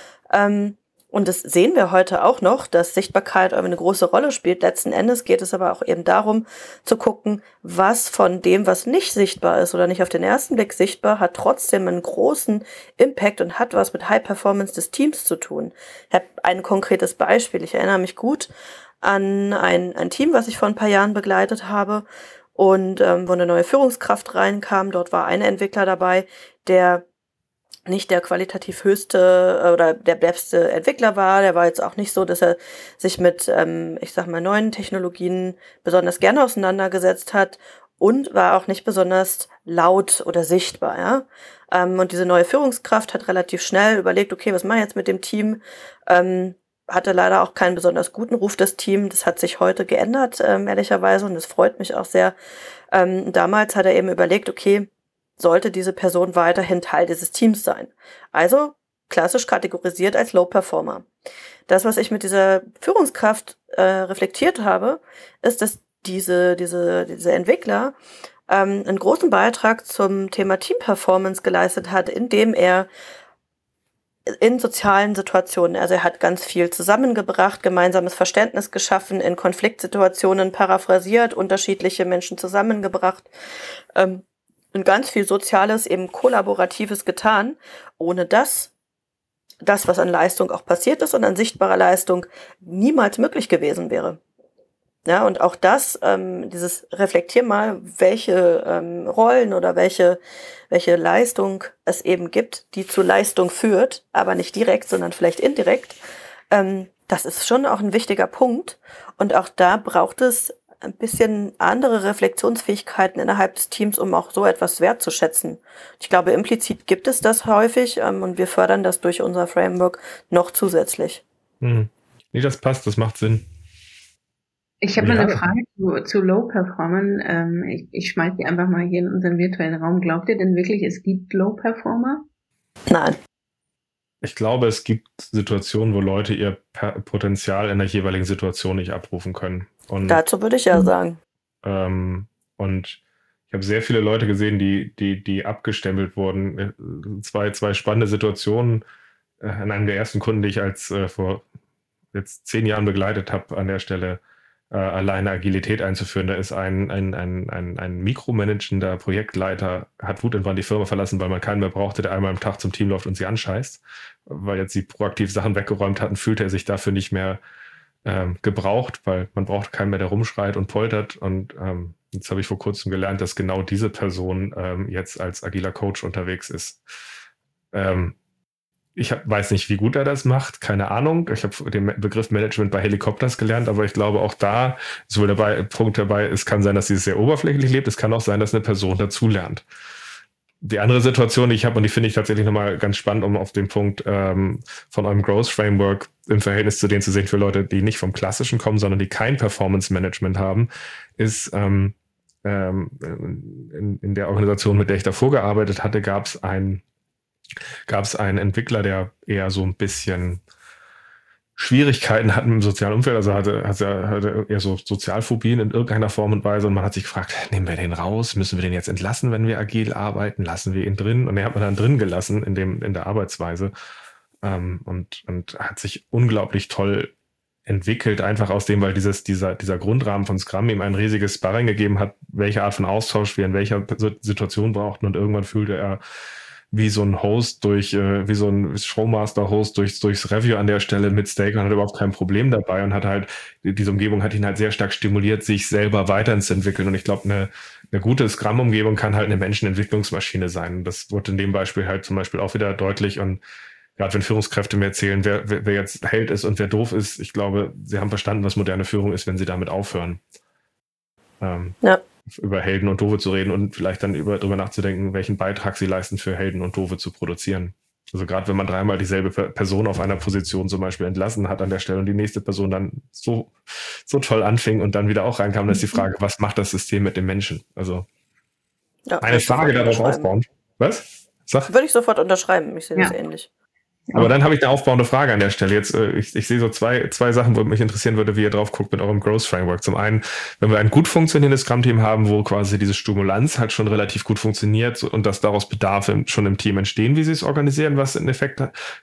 Und das sehen wir heute auch noch, dass Sichtbarkeit eine große Rolle spielt. Letzten Endes geht es aber auch eben darum, zu gucken, was von dem, was nicht sichtbar ist oder nicht auf den ersten Blick sichtbar, hat trotzdem einen großen Impact und hat was mit High Performance des Teams zu tun. Ich habe ein konkretes Beispiel. Ich erinnere mich gut an ein Team, was ich vor ein paar Jahren begleitet habe und wo eine neue Führungskraft reinkam. Dort war ein Entwickler dabei, der nicht der qualitativ höchste oder der beste Entwickler war. Der war jetzt auch nicht so, dass er sich mit, neuen Technologien besonders gerne auseinandergesetzt hat und war auch nicht besonders laut oder sichtbar, ja. Und diese neue Führungskraft hat relativ schnell überlegt, okay, was mache ich jetzt mit dem Team? Hatte leider auch keinen besonders guten Ruf, das Team. Das hat sich heute geändert, ehrlicherweise, und das freut mich auch sehr. Damals hat er eben überlegt, okay, sollte diese Person weiterhin Teil dieses Teams sein. Also klassisch kategorisiert als Low Performer. Das, was ich mit dieser Führungskraft reflektiert habe, ist, dass diese Entwickler einen großen Beitrag zum Thema Team Performance geleistet hat, indem er in sozialen Situationen, also er hat ganz viel zusammengebracht, gemeinsames Verständnis geschaffen, in Konfliktsituationen paraphrasiert, unterschiedliche Menschen zusammengebracht, und ganz viel Soziales, eben Kollaboratives getan, ohne das, was an Leistung auch passiert ist und an sichtbarer Leistung niemals möglich gewesen wäre. Ja, und auch das, dieses Reflektier mal, welche Rollen oder welche Leistung es eben gibt, die zu Leistung führt, aber nicht direkt, sondern vielleicht indirekt. Das ist schon auch ein wichtiger Punkt. Und auch da braucht es ein bisschen andere Reflexionsfähigkeiten innerhalb des Teams, um auch so etwas wertzuschätzen. Ich glaube, implizit gibt es das häufig und wir fördern das durch unser Framework noch zusätzlich. Nee, das passt, das macht Sinn. Ich habe mal eine Frage zu Low Performern. Ich schmeiß die einfach mal hier in unseren virtuellen Raum. Glaubt ihr denn wirklich, es gibt Low Performer? Nein. Ich glaube, es gibt Situationen, wo Leute ihr Potenzial in der jeweiligen Situation nicht abrufen können. Und dazu würde ich ja sagen. Und ich habe sehr viele Leute gesehen, die abgestempelt wurden. Zwei spannende Situationen. An einem der ersten Kunden, die ich als vor jetzt 10 Jahren begleitet habe, an der Stelle alleine Agilität einzuführen. Da ist ein mikromanagender Projektleiter, hat wutanfallend die Firma verlassen, weil man keinen mehr brauchte, der einmal am Tag zum Team läuft und sie anscheißt. Weil jetzt sie proaktiv Sachen weggeräumt hatten, fühlte er sich dafür nicht mehr gebraucht, weil man braucht keinen mehr, der rumschreit und poltert. Und jetzt habe ich vor kurzem gelernt, dass genau diese Person jetzt als agiler Coach unterwegs ist. Ich weiß nicht, wie gut er das macht, keine Ahnung. Ich habe den Begriff Management bei Helikopters gelernt, aber ich glaube auch da ist wohl Punkt dabei, es kann sein, dass sie es sehr oberflächlich lebt, es kann auch sein, dass eine Person dazulernt. Die andere Situation, die ich habe, und die finde ich tatsächlich nochmal ganz spannend, um auf den Punkt von eurem Growth Framework im Verhältnis zu denen zu sehen, für Leute, die nicht vom Klassischen kommen, sondern die kein Performance Management haben, ist in der Organisation, mit der ich davor gearbeitet hatte, gab es einen Entwickler, der eher so ein bisschen Schwierigkeiten hat im sozialen Umfeld, also hatte eher so Sozialphobien in irgendeiner Form und Weise, und man hat sich gefragt, nehmen wir den raus, müssen wir den jetzt entlassen, wenn wir agil arbeiten, lassen wir ihn drin, und den hat man dann drin gelassen in der Arbeitsweise und hat sich unglaublich toll entwickelt, einfach aus dem, weil dieser Grundrahmen von Scrum ihm ein riesiges Sparring gegeben hat, welche Art von Austausch wir in welcher Situation brauchten, und irgendwann fühlte er wie so ein Host wie so ein Showmaster-Host durchs Review an der Stelle mit Stakeholdern, hat überhaupt kein Problem dabei und hat halt, diese Umgebung hat ihn halt sehr stark stimuliert, sich selber weiterzuentwickeln. Und ich glaube, eine gute Scrum-Umgebung kann halt eine Menschenentwicklungsmaschine sein. Und das wurde in dem Beispiel halt zum Beispiel auch wieder deutlich. Und gerade wenn Führungskräfte mir erzählen, wer jetzt Held ist und wer doof ist, ich glaube, sie haben verstanden, was moderne Führung ist, wenn sie damit aufhören. Ja. Über Helden und Doofe zu reden und vielleicht dann darüber nachzudenken, welchen Beitrag sie leisten, für Helden und Doofe zu produzieren. Also gerade wenn man dreimal dieselbe Person auf einer Position zum Beispiel entlassen hat an der Stelle und die nächste Person dann so toll anfing und dann wieder auch reinkam, dann ist die Frage, was macht das System mit dem Menschen? Also eine Frage darauf aufbauen. Was? Sag. Würde ich sofort unterschreiben. Ich sehe das ähnlich. Aber dann habe ich eine aufbauende Frage an der Stelle. Jetzt, ich sehe so zwei Sachen, wo mich interessieren würde, wie ihr drauf guckt mit eurem Growth Framework. Zum einen, wenn wir ein gut funktionierendes Scrum-Team haben, wo quasi diese Stimulanz halt schon relativ gut funktioniert und dass daraus Bedarfe schon im Team entstehen, wie sie es organisieren, was in Effekt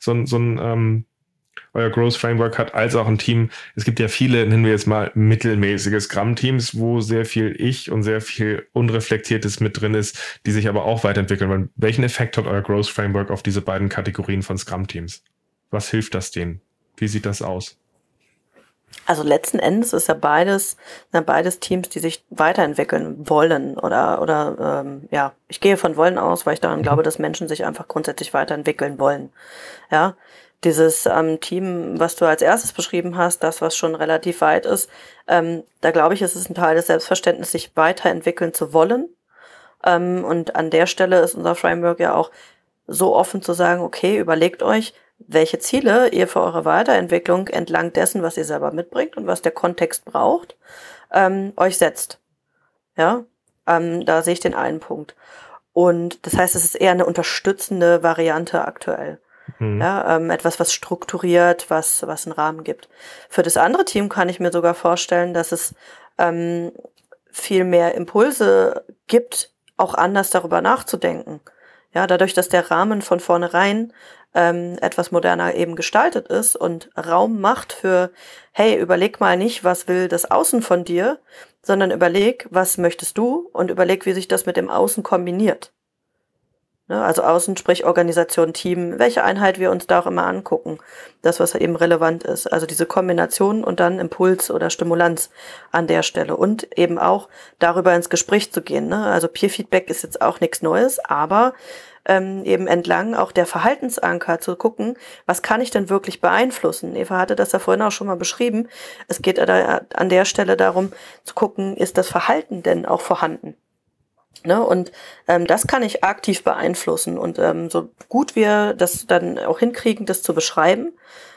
euer Growth Framework hat, als auch ein Team. Es gibt ja viele, nennen wir jetzt mal mittelmäßige Scrum-Teams, wo sehr viel Ich und sehr viel Unreflektiertes mit drin ist, die sich aber auch weiterentwickeln wollen. Welchen Effekt hat euer Growth Framework auf diese beiden Kategorien von Scrum-Teams? Was hilft das denen? Wie sieht das aus? Also letzten Endes ist ja beides Teams, die sich weiterentwickeln wollen oder ich gehe von wollen aus, weil ich daran glaube, dass Menschen sich einfach grundsätzlich weiterentwickeln wollen. Ja, dieses Team, was du als erstes beschrieben hast, das, was schon relativ weit ist, da glaube ich, ist es ein Teil des Selbstverständnisses, sich weiterentwickeln zu wollen. Und an der Stelle ist unser Framework ja auch so offen zu sagen, okay, überlegt euch, welche Ziele ihr für eure Weiterentwicklung entlang dessen, was ihr selber mitbringt und was der Kontext braucht, euch setzt. Ja, da sehe ich den einen Punkt. Und das heißt, es ist eher eine unterstützende Variante aktuell. Ja, etwas, was strukturiert, was einen Rahmen gibt. Für das andere Team kann ich mir sogar vorstellen, dass es viel mehr Impulse gibt, auch anders darüber nachzudenken. Ja, dadurch, dass der Rahmen von vornherein etwas moderner eben gestaltet ist und Raum macht für, hey, überleg mal nicht, was will das Außen von dir, sondern überleg, was möchtest du und überleg, wie sich das mit dem Außen kombiniert. Ne, also Außen, sprich Organisation, Team, welche Einheit wir uns da auch immer angucken. Das, was eben relevant ist. Also diese Kombination und dann Impuls oder Stimulanz an der Stelle. Und eben auch darüber ins Gespräch zu gehen. Ne? Also Peer-Feedback ist jetzt auch nichts Neues, aber eben entlang auch der Verhaltensanker zu gucken, was kann ich denn wirklich beeinflussen? Eva hatte das ja vorhin auch schon mal beschrieben. Es geht an der Stelle darum zu gucken, ist das Verhalten denn auch vorhanden? Ne, und das kann ich aktiv beeinflussen. Und so gut wir das dann auch hinkriegen, das zu beschreiben,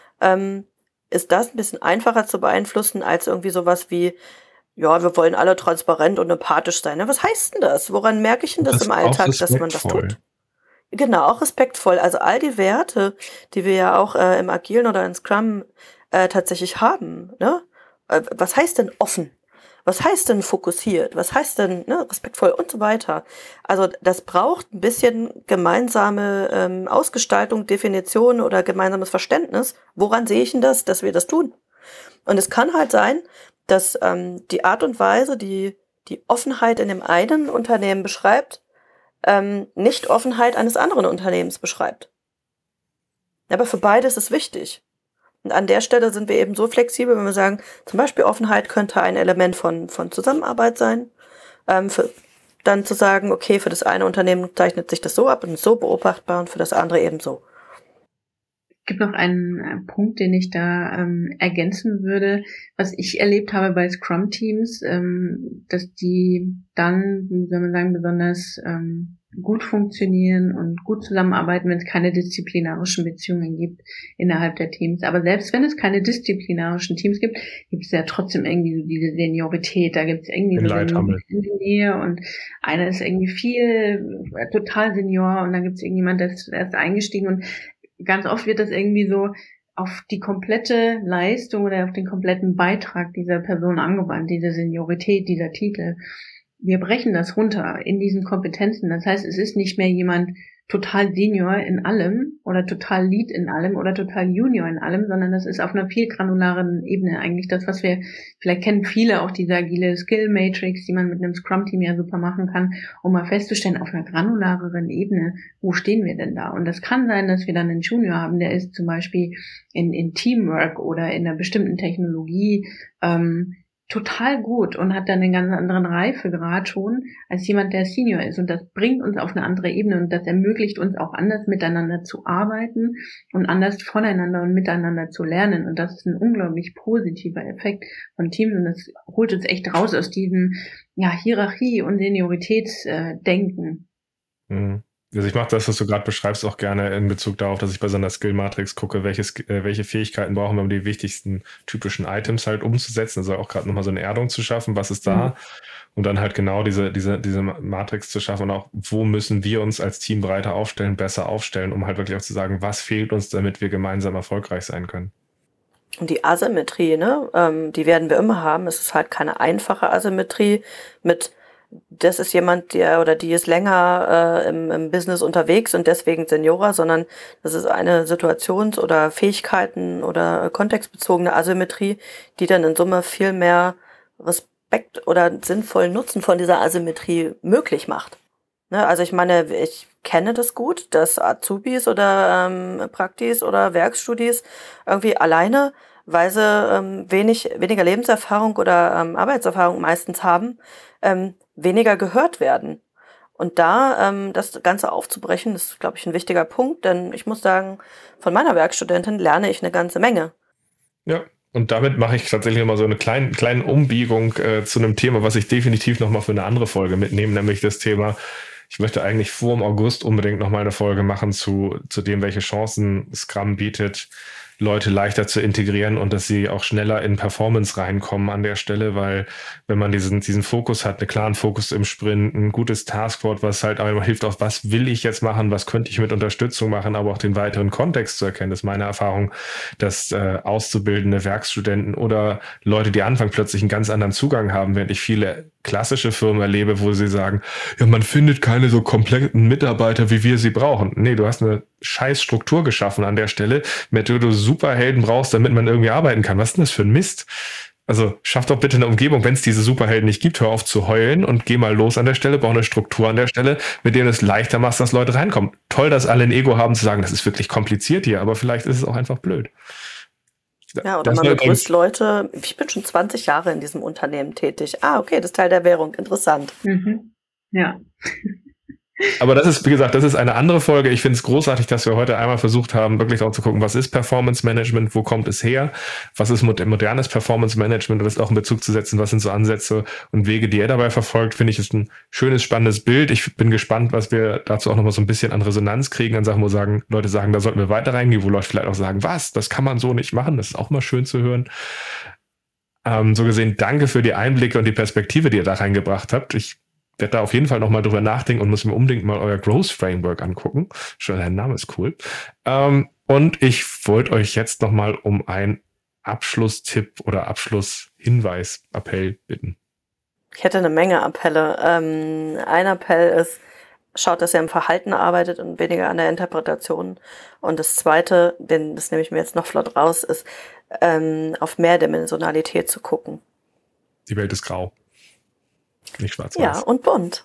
ist das ein bisschen einfacher zu beeinflussen als irgendwie sowas wie, ja, wir wollen alle transparent und empathisch sein. Ne, was heißt denn das? Woran merke ich denn das im Alltag, dass man das tut? Genau, auch respektvoll. Also all die Werte, die wir ja auch im Agilen oder in Scrum tatsächlich haben. Ne? Was heißt denn offen? Was heißt denn fokussiert? Was heißt denn respektvoll und so weiter? Also das braucht ein bisschen gemeinsame Ausgestaltung, Definition oder gemeinsames Verständnis. Woran sehe ich denn das, dass wir das tun? Und es kann halt sein, dass die Art und Weise, die Offenheit in dem einen Unternehmen beschreibt, nicht Offenheit eines anderen Unternehmens beschreibt. Aber für beide ist es wichtig. Und an der Stelle sind wir eben so flexibel, wenn wir sagen, zum Beispiel Offenheit könnte ein Element von Zusammenarbeit sein. Dann zu sagen, okay, für das eine Unternehmen zeichnet sich das so ab und ist so beobachtbar und für das andere eben so. Es gibt noch einen Punkt, den ich da ergänzen würde, was ich erlebt habe bei Scrum-Teams, dass die dann, wie soll man sagen, besonders gut funktionieren und gut zusammenarbeiten, wenn es keine disziplinarischen Beziehungen gibt innerhalb der Teams. Aber selbst wenn es keine disziplinarischen Teams gibt, gibt es ja trotzdem irgendwie so diese Seniorität. Da gibt es irgendwie so eine Nähe und einer ist irgendwie total Senior und dann gibt es irgendjemand, der ist erst eingestiegen und ganz oft wird das irgendwie so auf die komplette Leistung oder auf den kompletten Beitrag dieser Person angewandt, diese Seniorität, dieser Titel. Wir brechen das runter in diesen Kompetenzen. Das heißt, es ist nicht mehr jemand total Senior in allem oder total Lead in allem oder total Junior in allem, sondern das ist auf einer viel granularen Ebene eigentlich das, was wir, vielleicht kennen viele auch diese agile Skill Matrix, die man mit einem Scrum-Team ja super machen kann, um mal festzustellen, auf einer granulareren Ebene, wo stehen wir denn da? Und das kann sein, dass wir dann einen Junior haben, der ist zum Beispiel in Teamwork oder in einer bestimmten Technologie total gut und hat dann einen ganz anderen Reifegrad schon als jemand, der Senior ist. Und das bringt uns auf eine andere Ebene und das ermöglicht uns auch anders miteinander zu arbeiten und anders voneinander und miteinander zu lernen. Und das ist ein unglaublich positiver Effekt von Teams und das holt uns echt raus aus diesem Hierarchie- und Senioritätsdenken. Mhm. Also ich mache das, was du gerade beschreibst, auch gerne in Bezug darauf, dass ich bei so einer Skill-Matrix gucke, welche Fähigkeiten brauchen wir, um die wichtigsten typischen Items halt umzusetzen. Also auch gerade nochmal so eine Erdung zu schaffen, was ist da? Und dann halt genau diese Matrix zu schaffen und auch, wo müssen wir uns als Team breiter aufstellen, besser aufstellen, um halt wirklich auch zu sagen, was fehlt uns, damit wir gemeinsam erfolgreich sein können. Und die Asymmetrie, ne, die werden wir immer haben. Es ist halt keine einfache Asymmetrie mit, das ist jemand, der oder die ist länger im Business unterwegs und deswegen Seniorer, sondern das ist eine Situations- oder Fähigkeiten- oder kontextbezogene Asymmetrie, die dann in Summe viel mehr Respekt oder sinnvollen Nutzen von dieser Asymmetrie möglich macht. Ne, also ich meine, ich kenne das gut, dass Azubis oder Praktis oder Werkstudis irgendwie alleine, weil sie weniger Lebenserfahrung oder Arbeitserfahrung meistens haben, weniger gehört werden. Und da das Ganze aufzubrechen, ist, glaube ich, ein wichtiger Punkt, denn ich muss sagen, von meiner Werkstudentin lerne ich eine ganze Menge. Ja, und damit mache ich tatsächlich immer so eine kleine Umbiegung zu einem Thema, was ich definitiv nochmal für eine andere Folge mitnehme, nämlich das Thema, ich möchte eigentlich vor dem August unbedingt nochmal eine Folge machen zu dem, welche Chancen Scrum bietet, Leute leichter zu integrieren und dass sie auch schneller in Performance reinkommen an der Stelle, weil wenn man diesen Fokus hat, einen klaren Fokus im Sprint, ein gutes Taskboard, was halt einmal hilft, auf was will ich jetzt machen, was könnte ich mit Unterstützung machen, aber auch den weiteren Kontext zu erkennen, das ist meine Erfahrung, dass auszubildende Werkstudenten oder Leute, die anfangen, plötzlich einen ganz anderen Zugang haben, während ich viele klassische Firmen erlebe, wo sie sagen, ja, man findet keine so kompletten Mitarbeiter, wie wir sie brauchen. Nee, du hast eine scheiß Struktur geschaffen an der Stelle, mit der du Superhelden brauchst, damit man irgendwie arbeiten kann. Was ist denn das für ein Mist? Also schaff doch bitte eine Umgebung, wenn es diese Superhelden nicht gibt, hör auf zu heulen und geh mal los an der Stelle, bau eine Struktur an der Stelle, mit der du es leichter machst, dass Leute reinkommen. Toll, dass alle ein Ego haben zu sagen, das ist wirklich kompliziert hier, aber vielleicht ist es auch einfach blöd. Ja, oder man begrüßt Leute, ich bin schon 20 Jahre in diesem Unternehmen tätig. Ah, okay, das ist Teil der Währung, interessant. Ja. Aber das ist, wie gesagt, das ist eine andere Folge. Ich finde es großartig, dass wir heute einmal versucht haben, wirklich auch zu gucken, was ist Performance Management, wo kommt es her, was ist modernes Performance Management und das auch in Bezug zu setzen, was sind so Ansätze und Wege, die er dabei verfolgt, finde ich, ist ein schönes, spannendes Bild. Ich bin gespannt, was wir dazu auch nochmal so ein bisschen an Resonanz kriegen, an Sachen, wo Leute sagen, da sollten wir weiter reingehen, wo Leute vielleicht auch sagen, was, das kann man so nicht machen, das ist auch mal schön zu hören. So gesehen, danke für die Einblicke und die Perspektive, die ihr da reingebracht habt. Ich werde da auf jeden Fall nochmal drüber nachdenken und muss mir unbedingt mal euer Growth Framework angucken. Schon der Name ist cool. Und ich wollte euch jetzt nochmal um einen Abschlusstipp oder Abschlusshinweis, Appell bitten. Ich hätte eine Menge Appelle. Ein Appell ist, schaut, dass ihr im Verhalten arbeitet und weniger an der Interpretation. Und das Zweite, das nehme ich mir jetzt noch flott raus, ist, auf Mehrdimensionalität zu gucken. Die Welt ist grau. Nicht schwarz-weiß. Ja, und bunt.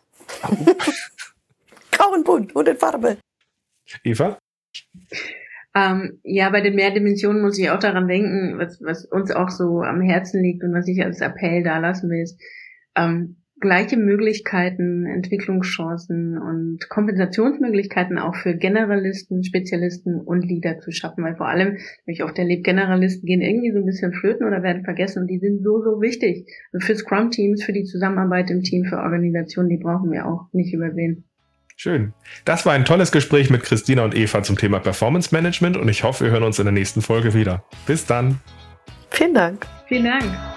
Grau und bunt und in Farbe. Eva? Ja, bei den Mehrdimensionen muss ich auch daran denken, was uns auch so am Herzen liegt und was ich als Appell da lassen will, ist, gleiche Möglichkeiten, Entwicklungschancen und Kompensationsmöglichkeiten auch für Generalisten, Spezialisten und Leader zu schaffen, weil vor allem, wenn ich oft erlebe, Generalisten gehen irgendwie so ein bisschen flöten oder werden vergessen und die sind so, so wichtig. Und für Scrum-Teams, für die Zusammenarbeit im Team, für Organisationen, die brauchen wir auch nicht übersehen. Schön. Das war ein tolles Gespräch mit Christina und Eva zum Thema Performance Management und ich hoffe, wir hören uns in der nächsten Folge wieder. Bis dann. Vielen Dank. Vielen Dank.